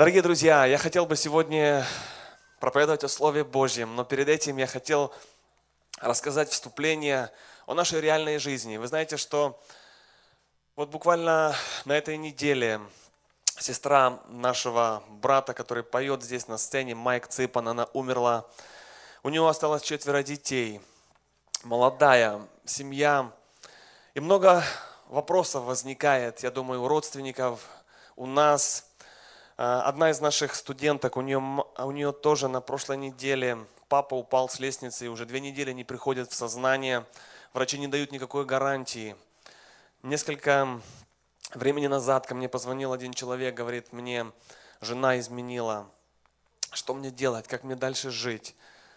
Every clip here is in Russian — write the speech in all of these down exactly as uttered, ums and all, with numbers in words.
Дорогие друзья, я хотел бы сегодня проповедовать о Слове Божьем, но перед этим я хотел рассказать вступление о нашей реальной жизни. Вы знаете, что вот буквально на этой неделе сестра нашего брата, который поет здесь на сцене, Майк Ципан, она умерла. У него осталось четверо детей, молодая семья. И много вопросов возникает, я думаю, у родственников, у нас. Одна из наших студенток, у нее, у нее тоже на прошлой неделе папа упал с лестницы и уже две недели не приходит в сознание. Врачи не дают никакой гарантии. Несколько времени назад ко мне позвонил один человек, говорит, мне жена изменила. Что мне делать, как мне дальше жить?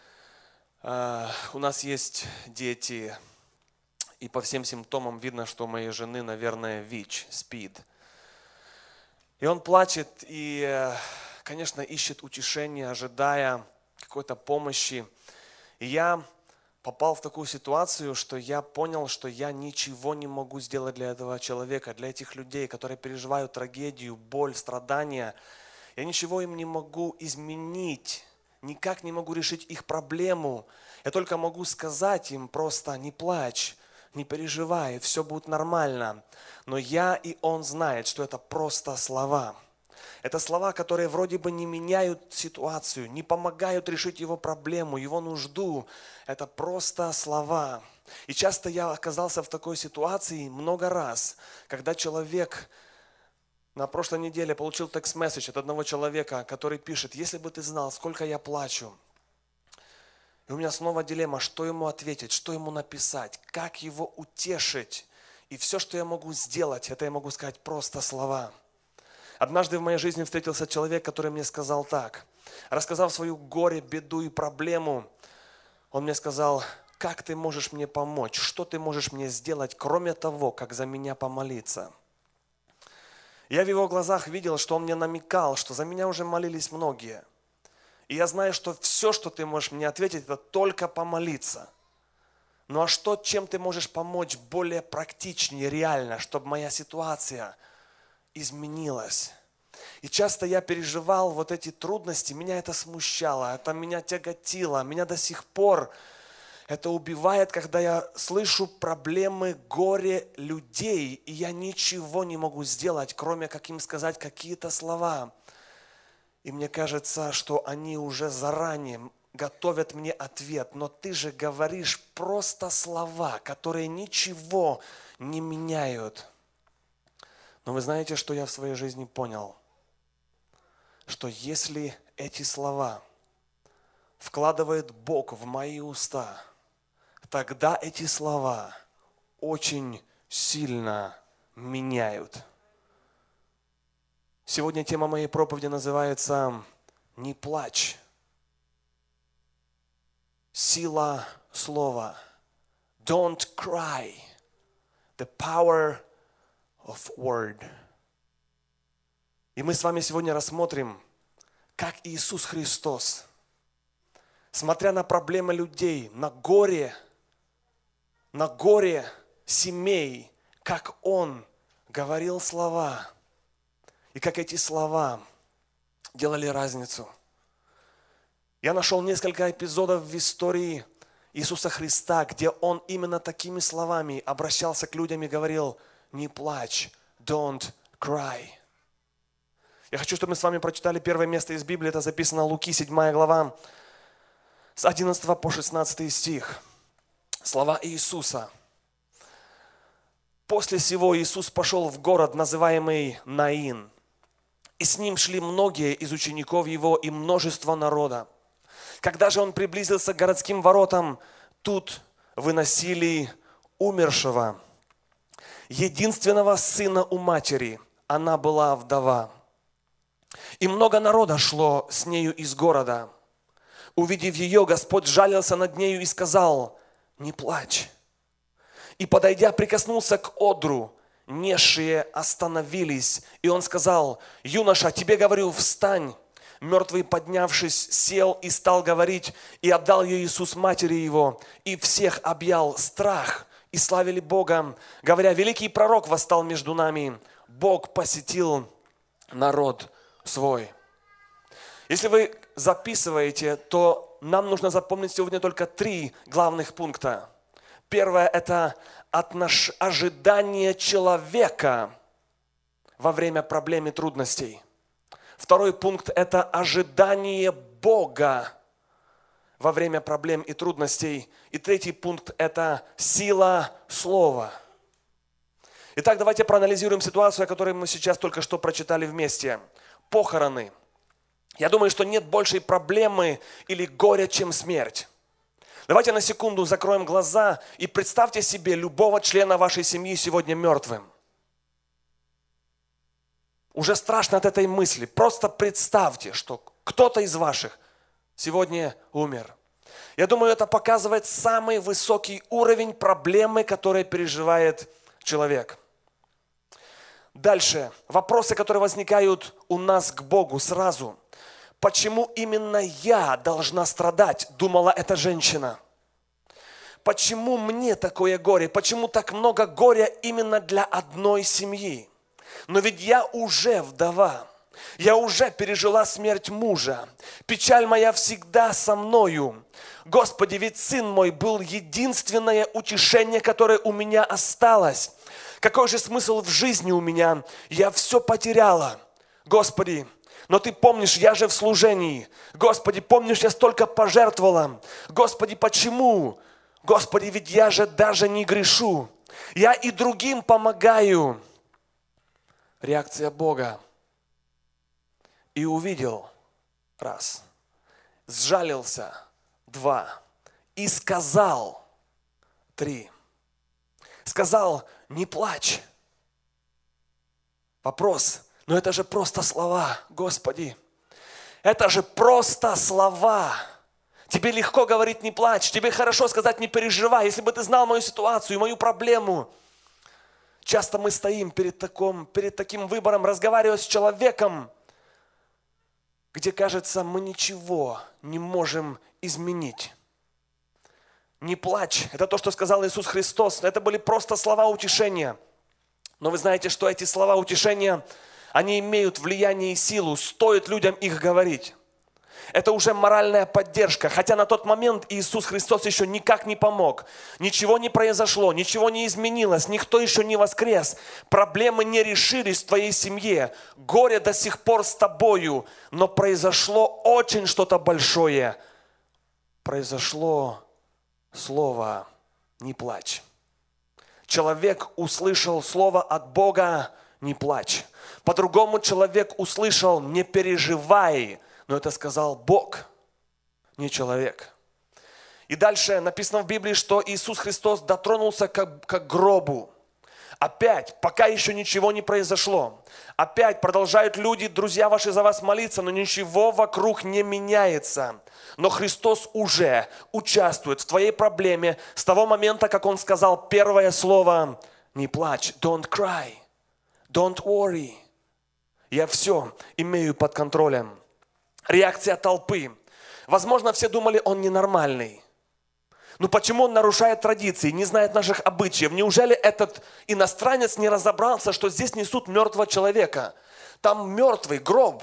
У нас есть дети, и по всем симптомам видно, что у моей жены, наверное, ВИЧ, СПИД. И он плачет и, конечно, ищет утешения, ожидая какой-то помощи. И я попал в такую ситуацию, что я понял, что я ничего не могу сделать для этого человека, для этих людей, которые переживают трагедию, боль, страдания. Я ничего им не могу изменить, никак не могу решить их проблему. Я только могу сказать им просто: не плачь, не переживай, все будет нормально. Но я и он знает, что это просто слова. Это слова, которые вроде бы не меняют ситуацию, не помогают решить его проблему, его нужду. Это просто слова. И часто я оказался в такой ситуации много раз, когда человек на прошлой неделе получил текст-месседж от одного человека, который пишет: если бы ты знал, сколько я плачу. И у меня снова дилемма, что ему ответить, что ему написать, как его утешить. И все, что я могу сделать, это я могу сказать просто слова. Однажды в моей жизни встретился человек, который мне сказал так. Рассказав свою горе, беду и проблему, он мне сказал: как ты можешь мне помочь, что ты можешь мне сделать, кроме того, как за меня помолиться. Я в его глазах видел, что он мне намекал, что за меня уже молились многие. И я знаю, что все, что ты можешь мне ответить, это только помолиться. Ну а что, чем ты можешь помочь более практичнее, реально, чтобы моя ситуация изменилась? И часто я переживал вот эти трудности, меня это смущало, это меня тяготило, меня до сих пор это убивает, когда я слышу проблемы, горе людей, и я ничего не могу сделать, кроме как им сказать какие-то слова. И мне кажется, что они уже заранее готовят мне ответ. Но ты же говоришь просто слова, которые ничего не меняют. Но вы знаете, что я в своей жизни понял? Что если эти слова вкладывает Бог в мои уста, тогда эти слова очень сильно меняют. Сегодня тема моей проповеди называется «Не плачь». Сила слова. Don't cry. The power of word. И мы с вами сегодня рассмотрим, как Иисус Христос, смотря на проблемы людей, на горе, на горе семей, как Он говорил слова, и как эти слова делали разницу. Я нашел несколько эпизодов в истории Иисуса Христа, где Он именно такими словами обращался к людям и говорил: не плачь, don't cry. Я хочу, чтобы мы с вами прочитали первое место из Библии, это записано Луки, седьмая глава, с одиннадцатого по шестнадцатый стих. Слова Иисуса. После сего Иисус пошел в город, называемый Наин, и с ним шли многие из учеников Его и множество народа. Когда же Он приблизился к городским воротам, тут выносили умершего, единственного сына у матери, она была вдова. И много народа шло с нею из города. Увидев ее, Господь жалился над нею и сказал: не плачь. И, подойдя, прикоснулся к одру. Несшие остановились, и Он сказал: юноша, тебе говорю, встань. Мертвый, поднявшись, сел и стал говорить, и отдал ее Иисус матери его, и всех объял страх, и славили Бога, говоря: великий пророк восстал между нами, Бог посетил народ свой. Если вы записываете, то нам нужно запомнить сегодня только три главных пункта. Первое – это отнош... ожидание человека во время проблем и трудностей. Второй пункт – это ожидание Бога во время проблем и трудностей. И третий пункт – это сила слова. Итак, давайте проанализируем ситуацию, о которой мы сейчас только что прочитали вместе. Похороны. Я думаю, что нет большей проблемы или горя, чем смерть. Давайте на секунду закроем глаза и представьте себе любого члена вашей семьи сегодня мертвым. Уже страшно от этой мысли. Просто представьте, что кто-то из ваших сегодня умер. Я думаю, это показывает самый высокий уровень проблемы, который переживает человек. Дальше. Вопросы, которые возникают у нас к Богу сразу. Почему именно я должна страдать, думала эта женщина. Почему мне такое горе? Почему так много горя именно для одной семьи? Но ведь я уже вдова. Я уже пережила смерть мужа. Печаль моя всегда со мною. Господи, ведь сын мой был единственное утешение, которое у меня осталось. Какой же смысл в жизни у меня? Я все потеряла. Господи, но Ты помнишь, я же в служении. Господи, помнишь, я столько пожертвовала. Господи, почему? Господи, ведь я же даже не грешу. Я и другим помогаю. Реакция Бога. И увидел, раз, сжалился, два, и сказал, три. Сказал, не плачь. Вопрос, но это же просто слова, Господи. Это же просто слова. Тебе легко говорить не плачь, тебе хорошо сказать не переживай. Если бы ты знал мою ситуацию, мою проблему. Часто мы стоим перед, таком, перед таким выбором, разговаривая с человеком, где, кажется, мы ничего не можем изменить. Не плачь, это то, что сказал Иисус Христос. Это были просто слова утешения. Но вы знаете, что эти слова утешения, они имеют влияние и силу, стоит людям их говорить. Это уже моральная поддержка, хотя на тот момент Иисус Христос еще никак не помог. Ничего не произошло, ничего не изменилось, никто еще не воскрес. Проблемы не решились в твоей семье, горе до сих пор с тобою, но произошло очень что-то большое. Произошло слово «не плачь». Человек услышал слово от Бога «не плачь». По-другому человек услышал «не переживай», но это сказал Бог, не человек. И дальше написано в Библии, что Иисус Христос дотронулся к, к гробу. Опять, пока еще ничего не произошло. Опять продолжают люди, друзья ваши, за вас молиться, но ничего вокруг не меняется. Но Христос уже участвует в твоей проблеме с того момента, как Он сказал первое слово «не плачь», «don't cry», «don't worry». Я все имею под контролем. Реакция толпы. Возможно, все думали, он ненормальный. Ну почему он нарушает традиции, не знает наших обычаев? Неужели этот иностранец не разобрался, что здесь несут мертвого человека? Там мертвый гроб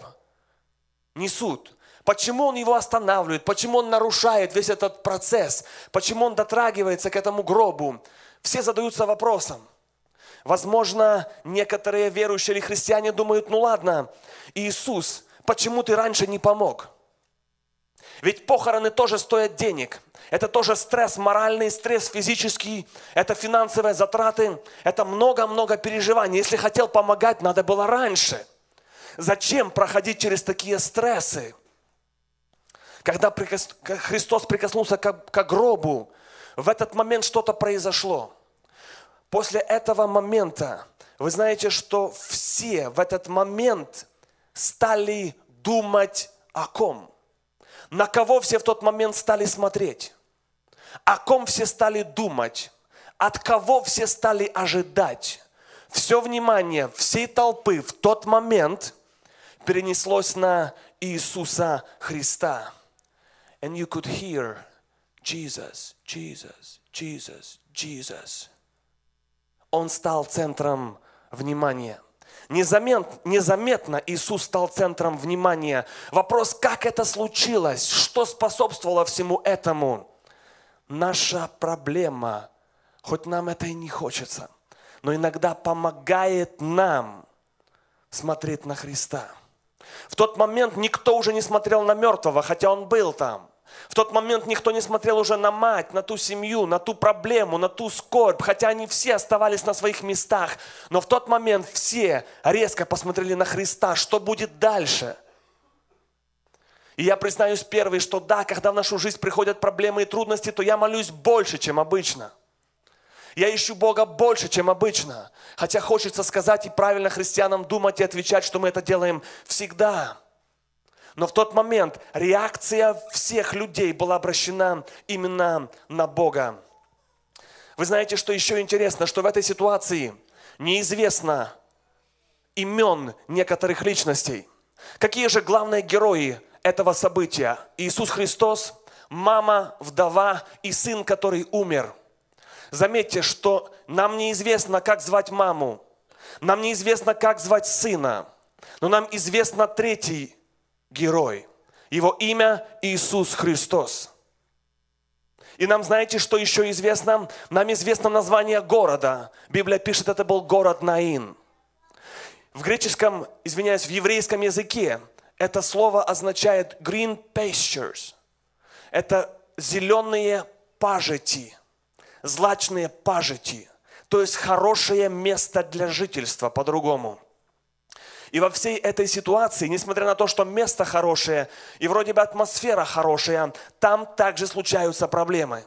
несут. Почему он его останавливает? Почему он нарушает весь этот процесс? Почему он дотрагивается к этому гробу? Все задаются вопросом. Возможно, некоторые верующие или христиане думают, ну ладно, Иисус, почему ты раньше не помог? Ведь похороны тоже стоят денег. Это тоже стресс моральный, стресс физический, это финансовые затраты, это много-много переживаний. Если хотел помогать, надо было раньше. Зачем проходить через такие стрессы? Когда Христос прикоснулся к гробу, в этот момент что-то произошло. После этого момента, вы знаете, что все в этот момент стали думать о ком? На кого все в тот момент стали смотреть? О ком все стали думать? От кого все стали ожидать? Все внимание всей толпы в тот момент перенеслось на Иисуса Христа. And you could hear Jesus, Jesus, Jesus, Jesus. Он стал центром внимания. Незаметно, незаметно Иисус стал центром внимания. Вопрос, как это случилось, что способствовало всему этому? Наша проблема, хоть нам это и не хочется, но иногда помогает нам смотреть на Христа. В тот момент никто уже не смотрел на мертвого, хотя он был там. В тот момент никто не смотрел уже на мать, на ту семью, на ту проблему, на ту скорбь, хотя они все оставались на своих местах. Но в тот момент все резко посмотрели на Христа, что будет дальше. И я признаюсь первый, что да, когда в нашу жизнь приходят проблемы и трудности, то я молюсь больше, чем обычно. Я ищу Бога больше, чем обычно. Хотя хочется сказать и правильно христианам думать и отвечать, что мы это делаем всегда. Но в тот момент реакция всех людей была обращена именно на Бога. Вы знаете, что еще интересно, что в этой ситуации неизвестно имен некоторых личностей. Какие же главные герои этого события? Иисус Христос, мама, вдова и сын, который умер. Заметьте, что нам неизвестно, как звать маму, нам неизвестно, как звать сына, но нам известно третий герой. Его имя Иисус Христос. И нам, знаете, что еще известно? Нам известно название города. Библия пишет, это был город Наин. В греческом, извиняюсь, в еврейском языке это слово означает green pastures. Это зеленые пажити, злачные пажити. То есть хорошее место для жительства, по-другому. И во всей этой ситуации, несмотря на то, что место хорошее, и вроде бы атмосфера хорошая, там также случаются проблемы.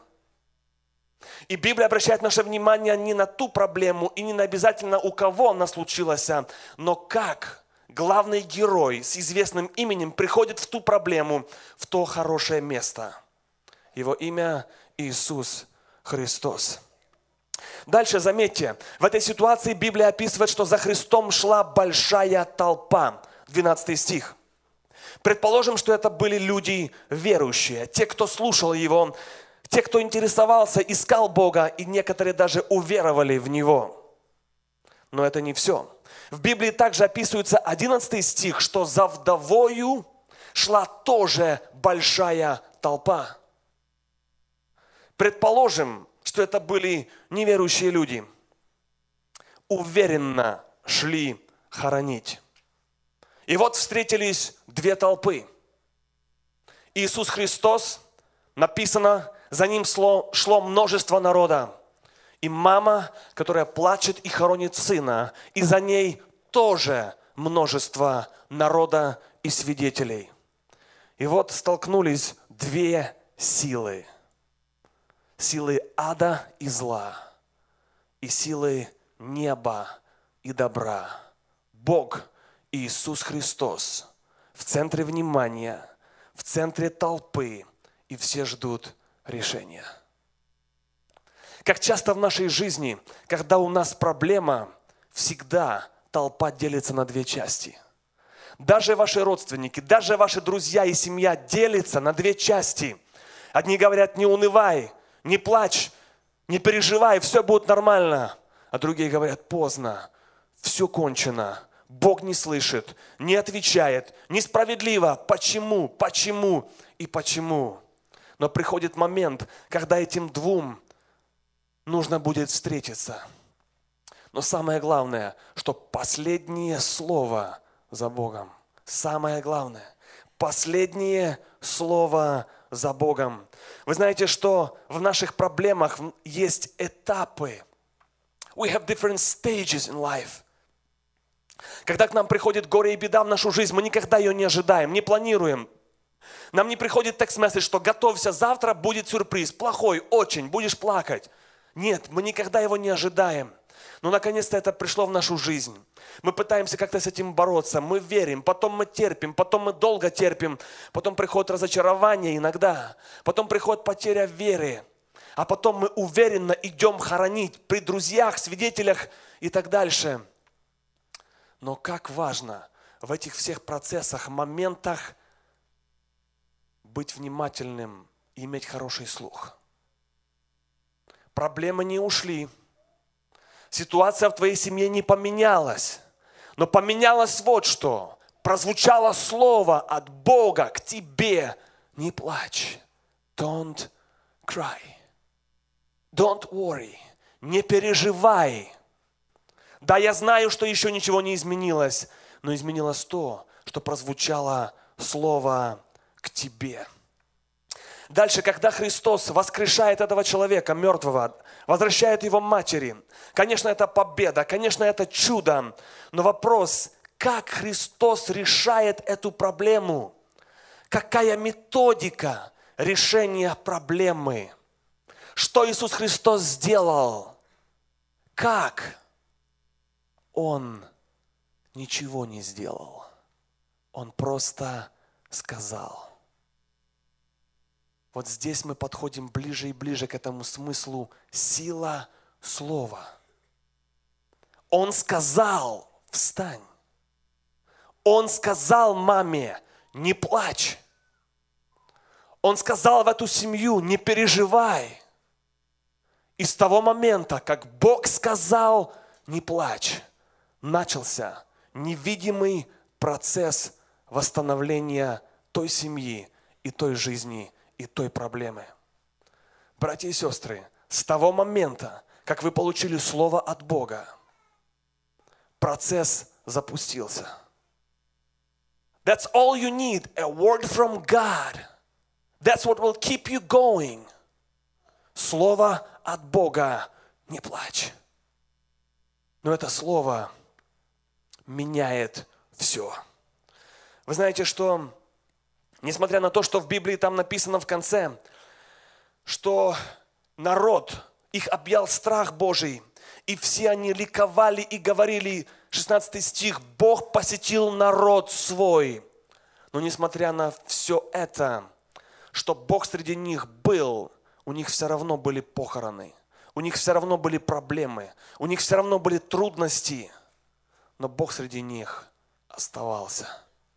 И Библия обращает наше внимание не на ту проблему, и не на обязательно у кого она случилась, но как главный герой с известным именем приходит в ту проблему, в то хорошее место. Его имя Иисус Христос. Дальше заметьте, в этой ситуации Библия описывает, что за Христом шла большая толпа. двенадцатый стих. Предположим, что это были люди верующие, те, кто слушал Его, те, кто интересовался, искал Бога, и некоторые даже уверовали в Него. Но это не все. В Библии также описывается одиннадцатый стих, что за вдовою шла тоже большая толпа. Предположим, что это были неверующие люди, уверенно шли хоронить. И вот встретились две толпы. Иисус Христос, написано, за ним шло, шло множество народа. И мама, которая плачет и хоронит сына, и за ней тоже множество народа и свидетелей. И вот столкнулись две силы. Силы ада и зла, и силы неба и добра. Бог и Иисус Христос в центре внимания, в центре толпы, и все ждут решения. Как часто в нашей жизни, когда у нас проблема, всегда толпа делится на две части. Даже ваши родственники, даже ваши друзья и семья делятся на две части. Одни говорят: не унывай, не плачь, не переживай, все будет нормально. А другие говорят: поздно, все кончено, Бог не слышит, не отвечает, несправедливо, почему, почему и почему. Но приходит момент, когда этим двум нужно будет встретиться. Но самое главное, что последнее слово за Богом. Самое главное, последнее слово за Богом. Вы знаете, что в наших проблемах есть этапы. We have different stages in life. Когда к нам приходит горе и беда в нашу жизнь, мы никогда ее не ожидаем, не планируем. Нам не приходит текст-месседж, что готовься, завтра будет сюрприз, плохой, очень, будешь плакать. Нет, мы никогда его не ожидаем. Но наконец-то это пришло в нашу жизнь. Мы пытаемся как-то с этим бороться, мы верим, потом мы терпим, потом мы долго терпим, потом приходит разочарование иногда, потом приходит потеря веры, а потом мы уверенно идем хоронить при друзьях, свидетелях и так дальше. Но как важно в этих всех процессах, моментах быть внимательным и иметь хороший слух. Проблемы не ушли. Ситуация в твоей семье не поменялась. Но поменялось вот что. Прозвучало слово от Бога к тебе. Не плачь. Don't cry. Don't worry. Не переживай. Да, я знаю, что еще ничего не изменилось, но изменилось то, что прозвучало слово к тебе. Дальше, когда Христос воскрешает этого человека, мертвого, возвращает его матери, конечно, это победа, конечно, это чудо, но вопрос, как Христос решает эту проблему? Какая методика решения проблемы? Что Иисус Христос сделал? Как? Он ничего не сделал. Он просто сказал. Вот здесь мы подходим ближе и ближе к этому смыслу сила слова. Он сказал, встань. Он сказал маме, не плачь. Он сказал в эту семью, не переживай. И с того момента, как Бог сказал, не плачь, начался невидимый процесс восстановления той семьи и той жизни, и той проблемы. Братья и сестры, с того момента, как вы получили слово от Бога, процесс запустился. That's all you need, a word from God. That's what will keep you going. Слово от Бога, не плачь. Но это слово меняет все. Вы знаете, что, несмотря на то, что в Библии там написано в конце, что народ, их объял страх Божий, и все они ликовали и говорили, шестнадцатый стих, Бог посетил народ свой. Но несмотря на все это, что Бог среди них был, у них все равно были похороны, у них все равно были проблемы, у них все равно были трудности, но Бог среди них оставался.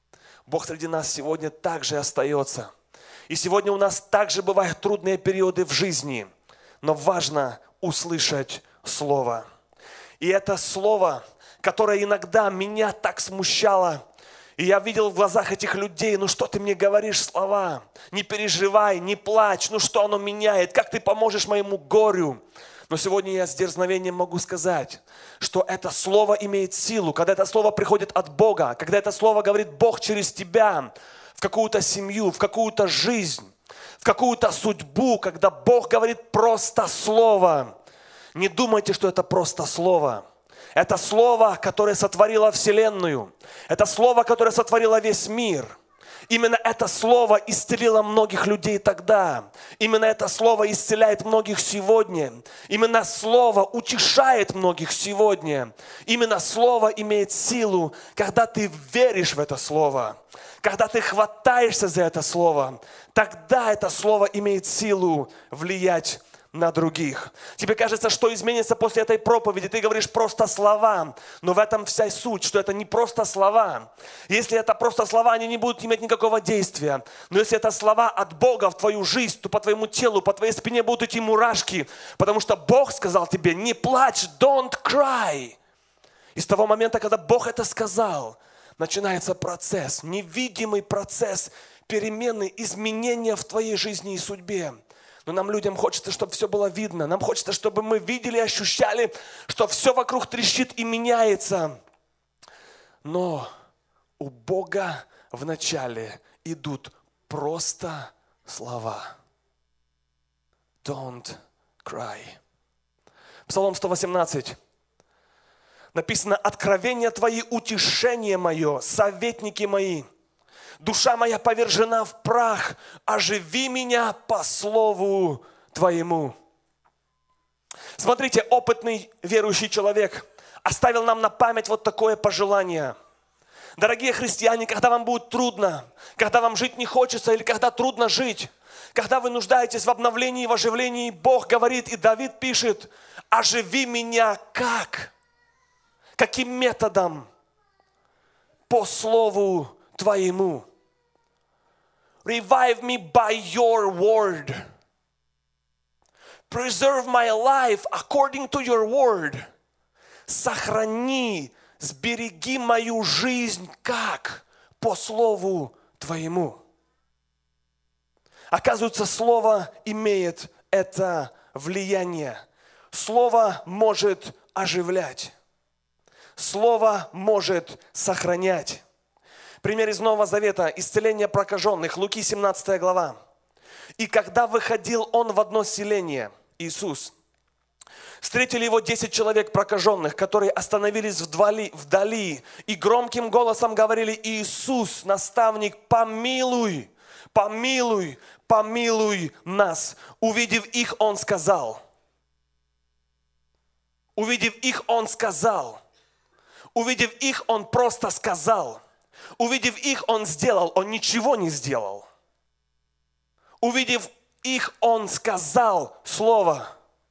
Бог среди нас сегодня также остается. И сегодня у нас также бывают трудные периоды в жизни, но важно услышать Слово. И это Слово, которое иногда меня так смущало, и я видел в глазах этих людей, ну что ты мне говоришь слова? Не переживай, не плачь, ну что оно меняет? Как ты поможешь моему горю? Но сегодня я с дерзновением могу сказать, что это слово имеет силу, когда это слово приходит от Бога, когда это слово говорит Бог через тебя в какую-то семью, в какую-то жизнь, в какую-то судьбу, когда Бог говорит просто слово. Не думайте, что это просто слово. Это слово, которое сотворило Вселенную. Это слово, которое сотворило весь мир. Именно это слово исцелило многих людей тогда. Именно это слово исцеляет многих сегодня. Именно слово утешает многих сегодня. Именно слово имеет силу, когда ты веришь в это слово. Когда ты хватаешься за это слово, тогда это слово имеет силу влиять на других. Тебе кажется, что изменится после этой проповеди. Ты говоришь просто слова, но в этом вся суть, что это не просто слова. Если это просто слова, они не будут иметь никакого действия. Но если это слова от Бога в твою жизнь, то по твоему телу, по твоей спине будут идти мурашки, потому что Бог сказал тебе, не плачь, don't cry. И с того момента, когда Бог это сказал, начинается процесс, невидимый процесс перемены, изменения в твоей жизни и судьбе. Но нам, людям, хочется, чтобы все было видно. Нам хочется, чтобы мы видели и ощущали, что все вокруг трещит и меняется. Но у Бога вначале идут просто слова. Don't cry. Псалом сто восемнадцать. Написано: «Откровения Твои, утешение мое, советники мои. Душа моя повержена в прах, оживи меня по слову Твоему». Смотрите, опытный верующий человек оставил нам на память вот такое пожелание. Дорогие христиане, когда вам будет трудно, когда вам жить не хочется или когда трудно жить, когда вы нуждаетесь в обновлении и в оживлении, Бог говорит, и Давид пишет: «Оживи меня как? Каким методом? По слову Твоему». Revive me by your word. Preserve my life according to your word. Сохрани сбереги мою жизнь как? По слову Твоему. Оказывается, Слово имеет это влияние. Слово может оживлять. Слово может сохранять. Пример из Нового Завета. Исцеление прокаженных. Луки семнадцатая глава. «И когда выходил он в одно селение, Иисус, встретили его десять человек прокаженных, которые остановились вдали, вдали и громким голосом говорили: Иисус, наставник, помилуй, помилуй, помилуй нас. Увидев их, он сказал, увидев их, он сказал, увидев их, он просто сказал, увидев их, он сделал, он ничего не сделал. Увидев их, он сказал слово.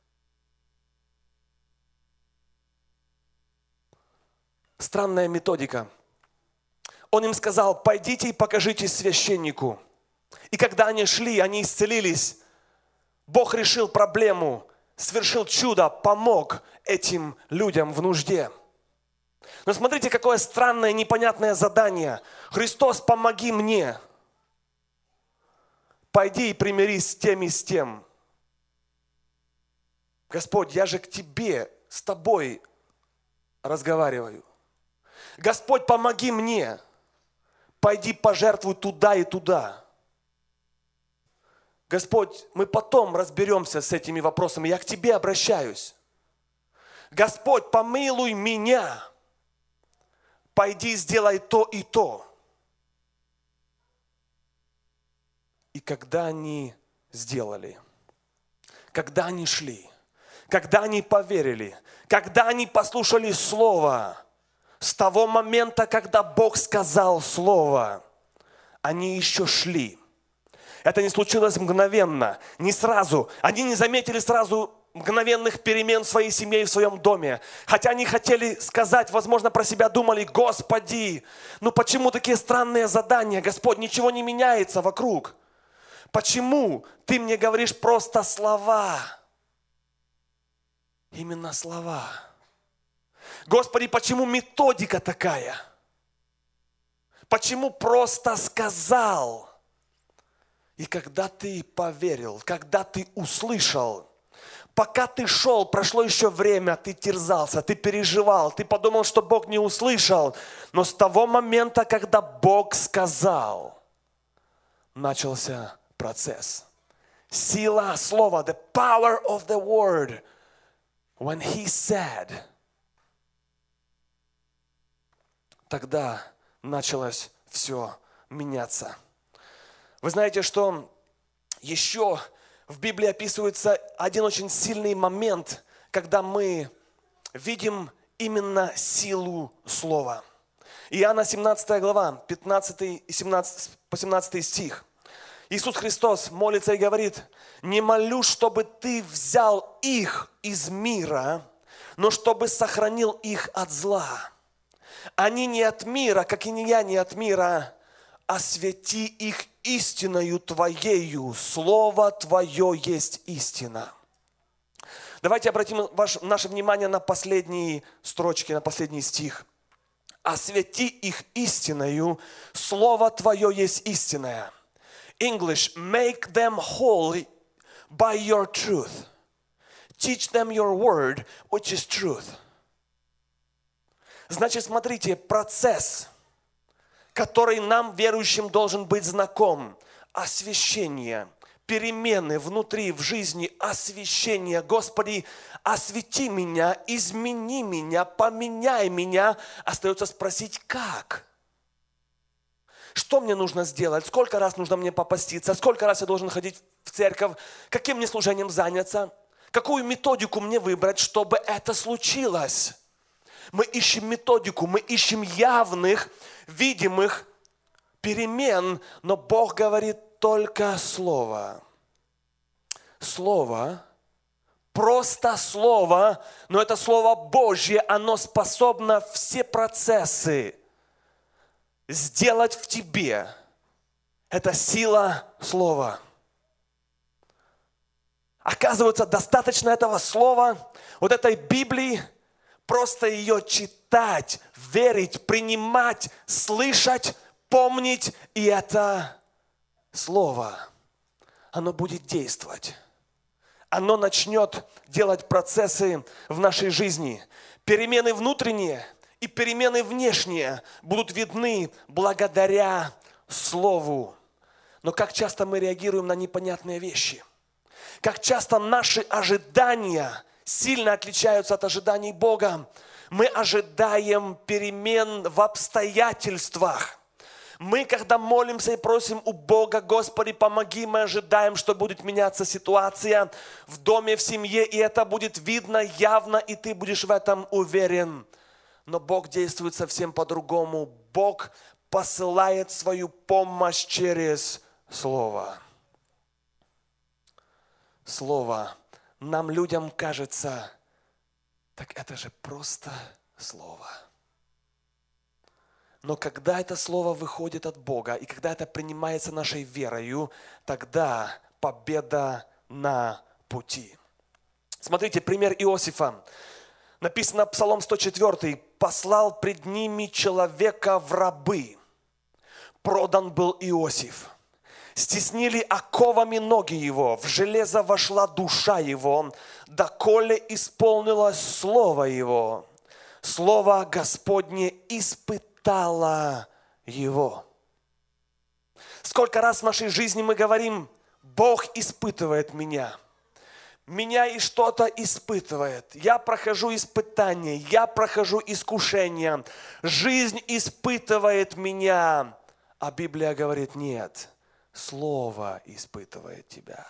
Странная методика. Он им сказал: пойдите и покажите священнику. И когда они шли, они исцелились. Бог решил проблему, совершил чудо, помог этим людям в нужде. Но смотрите, какое странное, непонятное задание. Христос, помоги мне. Пойди и примирись с тем и с тем. Господь, я же к Тебе, с Тобой разговариваю. Господь, помоги мне. Пойди пожертвуй туда и туда. Господь, мы потом разберемся с этими вопросами. Я к Тебе обращаюсь. Господь, помилуй меня. Пойди сделай то и то. И когда они сделали, когда они шли, когда они поверили, когда они послушали Слово, с того момента, когда Бог сказал Слово, они еще шли. Это не случилось мгновенно, не сразу. Они не заметили сразу мгновенных перемен в своей семье и в своем доме. Хотя они хотели сказать, возможно, про себя думали: Господи, ну почему такие странные задания? Господь, ничего не меняется вокруг. Почему Ты мне говоришь просто слова? Именно слова. Господи, почему методика такая? Почему просто сказал? И когда ты поверил, когда ты услышал, пока ты шел, прошло еще время, ты терзался, ты переживал, ты подумал, что Бог не услышал. Но с того момента, когда Бог сказал, начался процесс. Сила слова, the power of the word. When he said, тогда началось все меняться. Вы знаете, что еще в Библии описывается один очень сильный момент, когда мы видим именно силу слова. Иоанна семнадцатая глава, пятнадцатый и семнадцатый, по семнадцатый стих. Иисус Христос молится и говорит: «Не молю, чтобы ты взял их из мира, но чтобы сохранил их от зла. Они не от мира, как и не я не от мира. Освети их истиною Твоею, Слово Твое есть истина». Давайте обратим ваше, наше внимание на последние строчки, на последний стих. «Освети их истиною, Слово Твое есть истинное». English, make them holy by your truth. Teach them your word, which is truth. Значит, смотрите, процесс, который нам, верующим, должен быть знаком. Освящение, перемены внутри, в жизни, освящение. Господи, освети меня, измени меня, поменяй меня. Остается спросить, как? Что мне нужно сделать? Сколько раз нужно мне попаститься? Сколько раз я должен ходить в церковь? Каким мне служением заняться? Какую методику мне выбрать, чтобы это случилось? Мы ищем методику, мы ищем явных, видимых перемен, но Бог говорит только слово. Слово, просто слово, но это Слово Божье, оно способно все процессы сделать в тебе. Это сила слова. Оказывается, достаточно этого слова, вот этой Библии, Просто ее читать, верить, принимать, слышать, помнить. И это слово, оно будет действовать. Оно начнет делать процессы в нашей жизни. Перемены внутренние и перемены внешние будут видны благодаря Слову. Но как часто мы реагируем на непонятные вещи? Как часто наши ожидания сильно отличаются от ожиданий Бога? Мы ожидаем перемен в обстоятельствах. Мы, когда молимся и просим у Бога: Господи, помоги, мы ожидаем, что будет меняться ситуация в доме, в семье, и это будет видно явно, и ты будешь в этом уверен. Но Бог действует совсем по-другому. Бог посылает свою помощь через Слово. Слово. Нам, людям, кажется, так это же просто Слово. Но когда это Слово выходит от Бога, и когда это принимается нашей верою, тогда победа на пути. Смотрите, пример Иосифа. Написано, Псалом сто четыре. «Послал пред ними человека в рабы. Продан был Иосиф. Стеснили оковами ноги его, в железо вошла душа его, доколе исполнилось слово его. Слово Господне испытало его». Сколько раз в нашей жизни мы говорим: Бог испытывает меня. Меня и что-то испытывает. Я прохожу испытания, я прохожу искушения. Жизнь испытывает меня. А Библия говорит: нет, Слово испытывает тебя.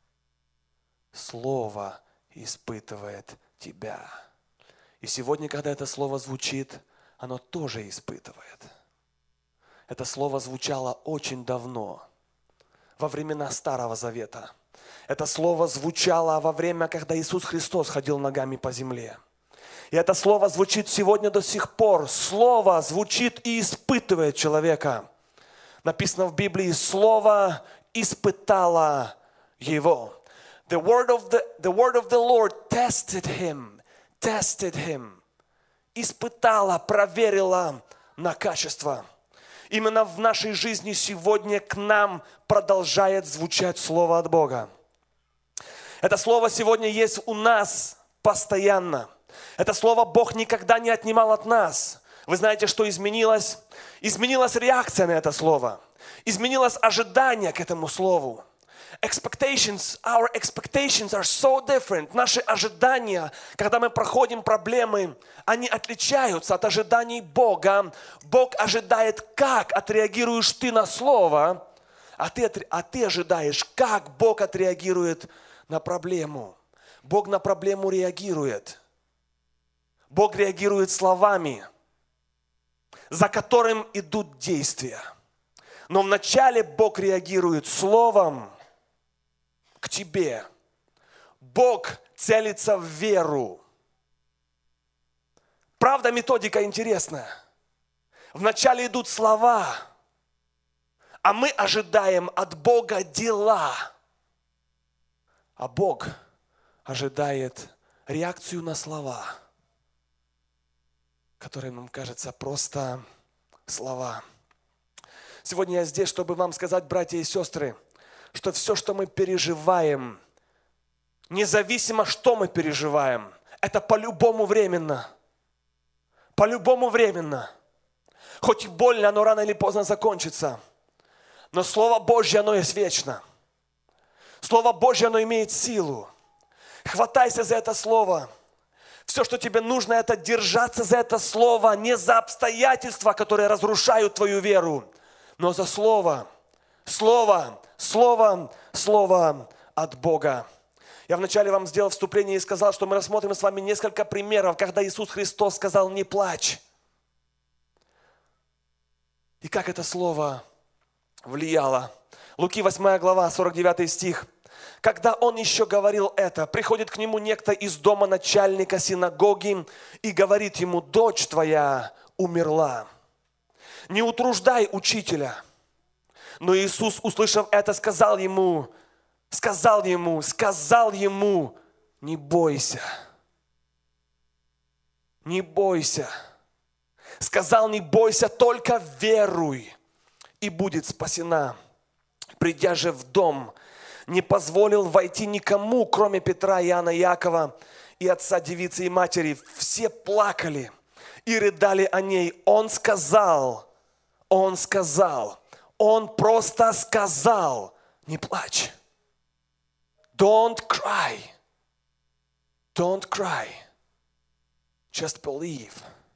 Слово испытывает тебя. И сегодня, когда это слово звучит, оно тоже испытывает. Это слово звучало очень давно, во времена Старого Завета. Это слово звучало во время, когда Иисус Христос ходил ногами по земле. И это слово звучит сегодня до сих пор. Слово звучит и испытывает человека. Написано в Библии: слово испытало его. The word of the, the word of the Lord tested him, tested him. Испытала, проверила на качество. Именно в нашей жизни сегодня к нам продолжает звучать слово от Бога. Это слово сегодня есть у нас постоянно. Это слово Бог никогда не отнимал от нас. Вы знаете, что изменилось? Изменилась реакция на это слово. Изменилось ожидание к этому слову. Expectations, our expectations are so different. Наши ожидания, когда мы проходим проблемы, они отличаются от ожиданий Бога. Бог ожидает, как отреагируешь ты на слово, а ты, а ты ожидаешь, как Бог отреагирует на проблему. Бог на проблему реагирует. Бог реагирует словами, за которым идут действия. Но вначале Бог реагирует словом к тебе. Бог целится в веру. Правда, методика интересная. Вначале идут слова, а мы ожидаем от Бога дела. А Бог ожидает реакцию на слова, которые нам кажутся просто слова. Сегодня я здесь, чтобы вам сказать, братья и сестры, что все, что мы переживаем, независимо, что мы переживаем, это по-любому временно. По-любому временно. Хоть и больно, оно рано или поздно закончится. Но Слово Божье, оно есть вечно. Слово Божье, оно имеет силу. Хватайся за это Слово. Все, что тебе нужно, это держаться за это Слово, не за обстоятельства, которые разрушают твою веру, но за Слово. Слово, Слово, Слово от Бога. Я вначале вам сделал вступление и сказал, что мы рассмотрим с вами несколько примеров, когда Иисус Христос сказал: не плачь. И как это Слово влияло. Луки восьмая глава, сорок девятый стих. Когда он еще говорил это, приходит к нему некто из дома начальника синагоги и говорит ему: дочь твоя умерла. Не утруждай учителя. Но Иисус, услышав это, сказал ему, сказал ему, сказал ему: не бойся. не бойся. Сказал, не бойся, только веруй, и будет спасена. Придя же в дом, не позволил войти никому, кроме Петра, Иоанна, Иакова и отца девицы и матери. Все плакали и рыдали о ней. Он сказал, он сказал, он просто сказал, не плачь. Don't cry. Don't cry. Just believe.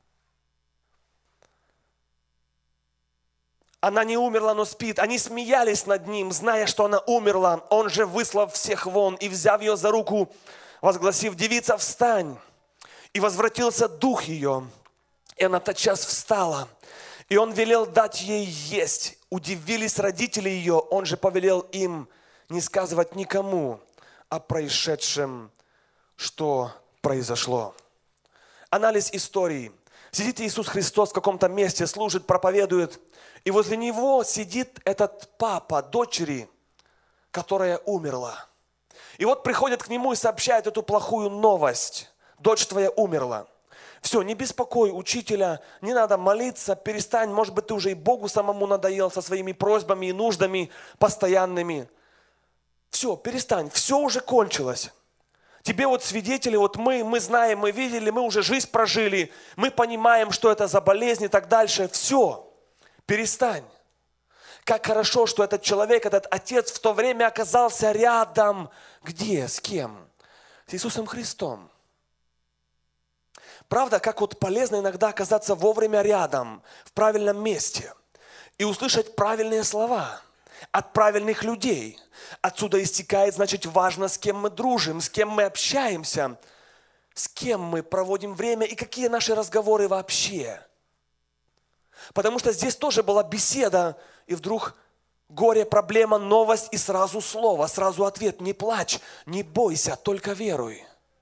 Она не умерла, но спит. Они смеялись над ним, зная, что она умерла. Он же, выслав всех вон и взяв ее за руку, возгласив: девица, встань. И возвратился дух ее. И она тотчас встала. И он велел дать ей есть. Удивились родители ее. Он же повелел им не сказывать никому о происшедшем, что произошло. Анализ истории. Сидит Иисус Христос в каком-то месте, служит, проповедует. И возле него сидит этот папа дочери, которая умерла. И вот приходят к нему и сообщают эту плохую новость. Дочь твоя умерла. Все, не беспокой учителя, не надо молиться, перестань. Может быть, ты уже и Богу самому надоел со своими просьбами и нуждами постоянными. Все, перестань, все уже кончилось. Тебе вот свидетели, вот мы, мы знаем, мы видели, мы уже жизнь прожили, мы понимаем, что это за болезнь и так дальше. Все, перестань. Как хорошо, что этот человек, этот отец в то время оказался рядом. Где? С кем? С Иисусом Христом. Правда, как вот полезно иногда оказаться вовремя рядом, в правильном месте и услышать правильные слова от правильных людей. Отсюда истекает, значит, важно, с кем мы дружим, с кем мы общаемся, с кем мы проводим время и какие наши разговоры вообще. Потому что здесь тоже была беседа, и вдруг горе, проблема, новость, и сразу слово, сразу ответ: не плачь, не бойся, только веруй.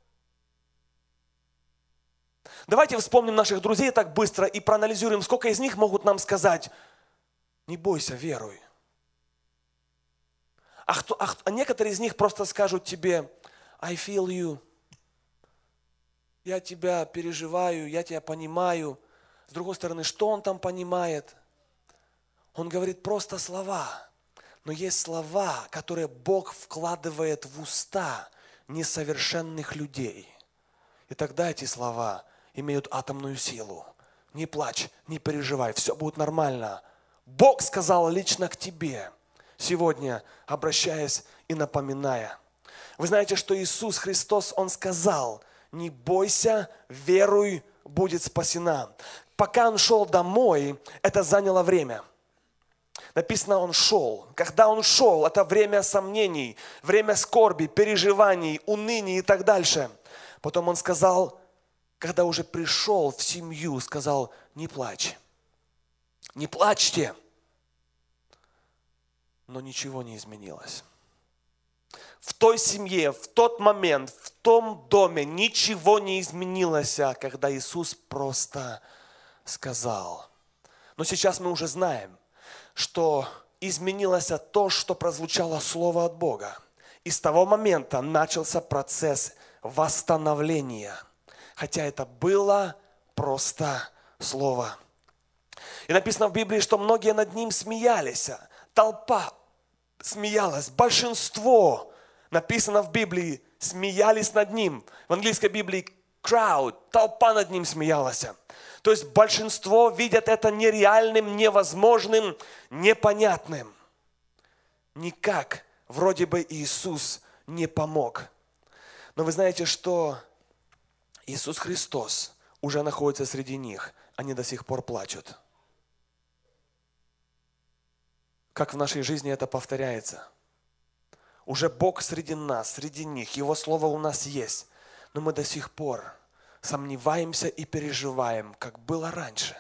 Давайте вспомним наших друзей так быстро и проанализируем, сколько из них могут нам сказать: не бойся, веруй. А, кто, а, а некоторые из них просто скажут тебе: I feel you. Я тебя переживаю, я тебя понимаю. С другой стороны, что он там понимает? Он говорит просто слова. Но есть слова, которые Бог вкладывает в уста несовершенных людей. И тогда эти слова имеют атомную силу. Не плачь, не переживай, все будет нормально. Бог сказал лично к тебе, сегодня обращаясь и напоминая. Вы знаете, что Иисус Христос, Он сказал: не бойся, веруй, будет спасена. Пока Он шел домой, это заняло время. Написано, Он шел. Когда Он шел, это время сомнений, время скорби, переживаний, уныния и так дальше. Потом Он сказал, когда уже пришел в семью, сказал: не плачь, не плачьте. Но ничего не изменилось. В той семье, в тот момент, в том доме ничего не изменилось, когда Иисус просто сказал. Но сейчас мы уже знаем, что изменилось то, что прозвучало слово от Бога. И с того момента начался процесс восстановления. Хотя это было просто слово. И написано в Библии, что многие над ним смеялись. Толпа смеялась, большинство, написано в Библии, смеялись над ним. В английской Библии crowd, толпа над ним смеялась. То есть большинство видят это нереальным, невозможным, непонятным. Никак вроде бы Иисус не помог. Но вы знаете, что Иисус Христос уже находится среди них, они до сих пор плачут. Как в нашей жизни это повторяется. Уже Бог среди нас, среди них, Его Слово у нас есть. Но мы до сих пор сомневаемся и переживаем, как было раньше.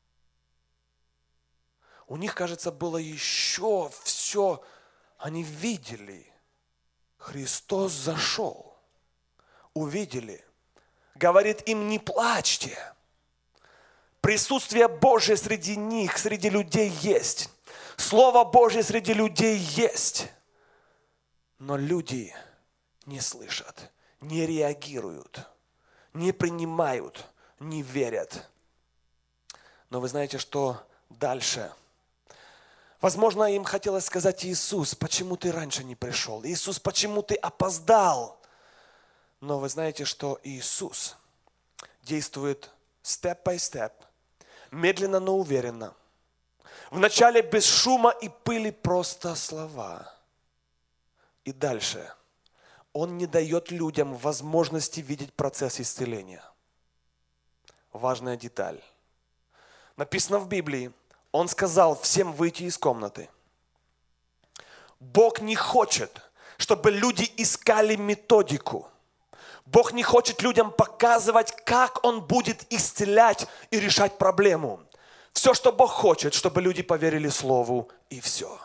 У них, кажется, было еще все. Они видели. Христос зашел. Увидели. Говорит им: не плачьте. Присутствие Божие среди них, среди людей есть. Слово Божье среди людей есть. Но люди не слышат, не реагируют, не принимают, не верят. Но вы знаете, что дальше? Возможно, им хотелось сказать: Иисус, почему ты раньше не пришел? Иисус, почему ты опоздал? Но вы знаете, что Иисус действует step by step, медленно, но уверенно. Вначале без шума и пыли просто слова. И дальше Он не дает людям возможности видеть процесс исцеления. Важная деталь. Написано в Библии, Он сказал всем выйти из комнаты. Бог не хочет, чтобы люди искали методику. Бог не хочет людям показывать, как Он будет исцелять и решать проблему. Все, что Бог хочет, чтобы люди поверили Слову, и все.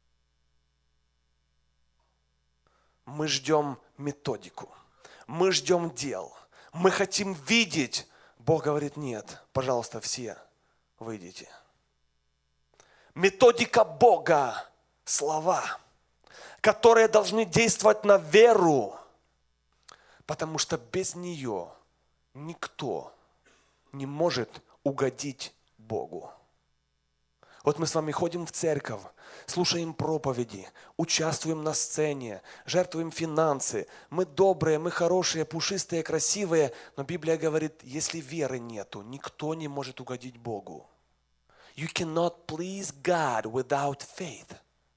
Мы ждем методику. Мы ждем дел. Мы хотим видеть. Бог говорит: нет, пожалуйста, все выйдите. Методика Бога – слова, которые должны действовать на веру, потому что без нее никто не может угодить Богу. Вот мы с вами ходим в церковь, слушаем проповеди, участвуем на сцене, жертвуем финансы. Мы добрые, мы хорошие, пушистые, красивые, но Библия говорит, если веры нету, никто не может угодить Богу. You cannot please God without faith.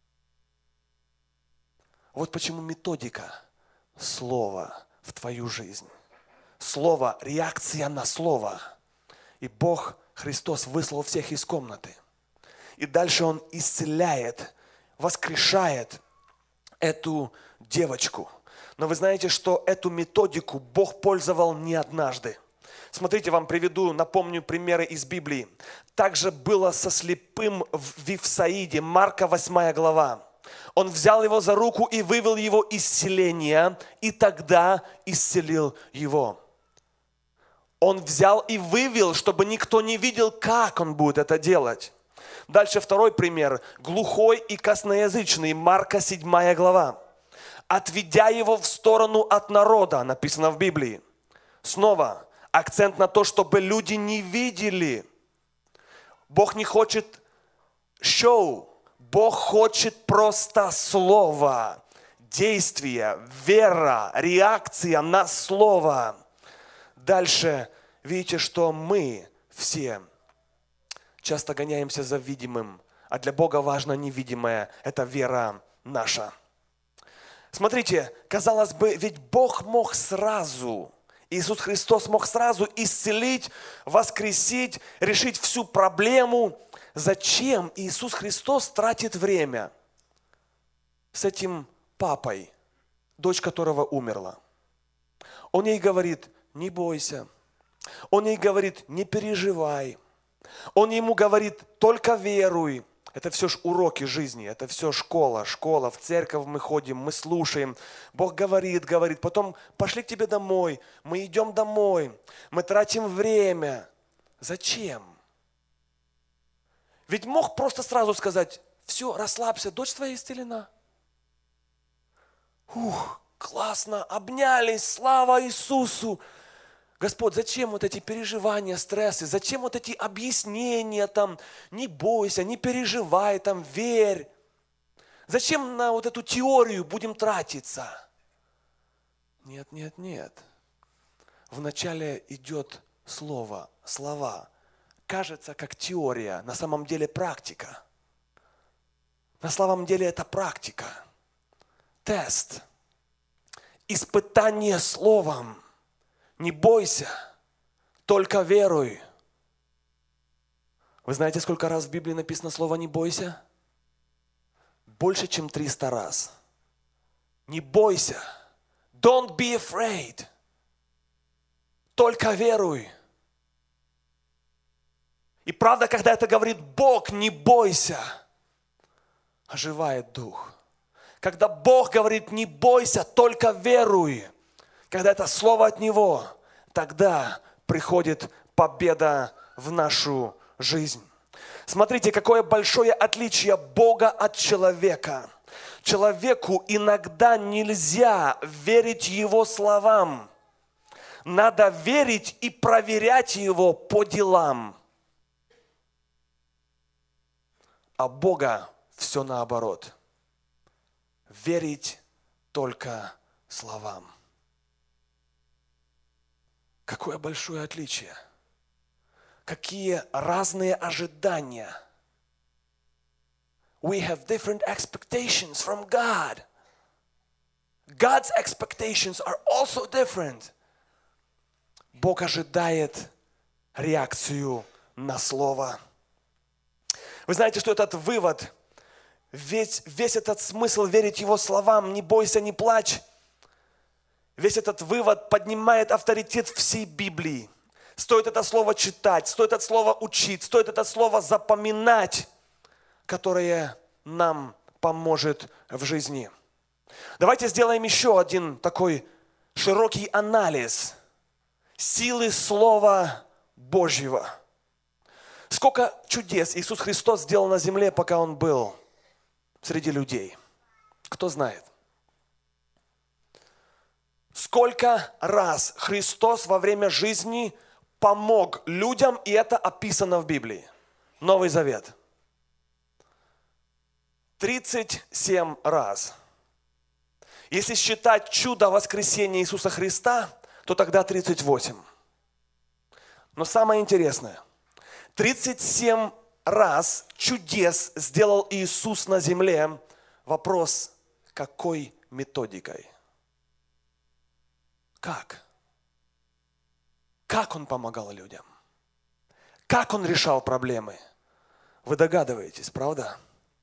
Вот почему методика – слово в твою жизнь. Слово, реакция на слово. И Бог, Христос, выслал всех из комнаты. И дальше Он исцеляет, воскрешает эту девочку. Но вы знаете, что эту методику Бог пользовал не однажды. Смотрите, вам приведу, напомню примеры из Библии. Также было со слепым в Вифсаиде, Марка восьмая глава. Он взял его за руку и вывел его из селения, и тогда исцелил его. Он взял и вывел, чтобы никто не видел, как он будет это делать. Дальше второй пример. Глухой и косноязычный, Марка седьмая глава. Отведя его в сторону от народа, написано в Библии. Снова акцент на то, чтобы люди не видели. Бог не хочет шоу. Бог хочет просто слово, действие, вера, реакция на слово. Дальше видите, что мы все часто гоняемся за видимым, а для Бога важно невидимое. Это вера наша. Смотрите, казалось бы, ведь Бог мог сразу, Иисус Христос мог сразу исцелить, воскресить, решить всю проблему. Зачем Иисус Христос тратит время с этим папой, дочь которого умерла? Он ей говорит: не бойся. Он ей говорит: не переживай. Он ему говорит: только веруй. Это все ж уроки жизни, это все школа, школа, в церковь мы ходим, мы слушаем. Бог говорит, говорит, потом пошли к тебе домой, мы идем домой, мы тратим время. Зачем? Ведь мог просто сразу сказать: все, расслабься, дочь твоя исцелена. Ух, классно, обнялись, слава Иисусу. Господь, зачем вот эти переживания, стрессы, зачем вот эти объяснения там, не бойся, не переживай, там, верь. Зачем на вот эту теорию будем тратиться? Нет, нет, нет. Вначале идет слово, слова. Кажется, как теория, на самом деле практика. На самом деле это практика. Тест. Испытание словом. Не бойся, только веруй. Вы знаете, сколько раз в Библии написано слово «не бойся»? Больше, чем триста раз. Не бойся. Don't be afraid. Только веруй. И правда, когда это говорит Бог, не бойся, оживает дух. Когда Бог говорит, не бойся, только веруй, когда это слово от Него, тогда приходит победа в нашу жизнь. Смотрите, какое большое отличие Бога от человека. Человеку иногда нельзя верить Его словам. Надо верить и проверять Его по делам. А Бога все наоборот. Верить только словам. Какое большое отличие. Какие разные ожидания. We have different expectations from God. God's expectations are also different. Бог ожидает реакцию на слово. Вы знаете, что этот вывод, весь, весь этот смысл верить Его словам, не бойся, не плачь, весь этот вывод поднимает авторитет всей Библии. Стоит это слово читать, стоит это слово учить, стоит это слово запоминать, которое нам поможет в жизни. Давайте сделаем еще один такой широкий анализ силы Слова Божьего. Сколько чудес Иисус Христос сделал на земле, пока Он был среди людей? Кто знает? Сколько раз Христос во время жизни помог людям, и это описано в Библии. Новый Завет. тридцать семь раз. Если считать чудо воскресения Иисуса Христа, то тогда тридцать восемь. Но самое интересное, тридцать семь раз чудес сделал Иисус на земле. Вопрос, какой методикой? Как? Как Он помогал людям? Как Он решал проблемы? Вы догадываетесь, правда?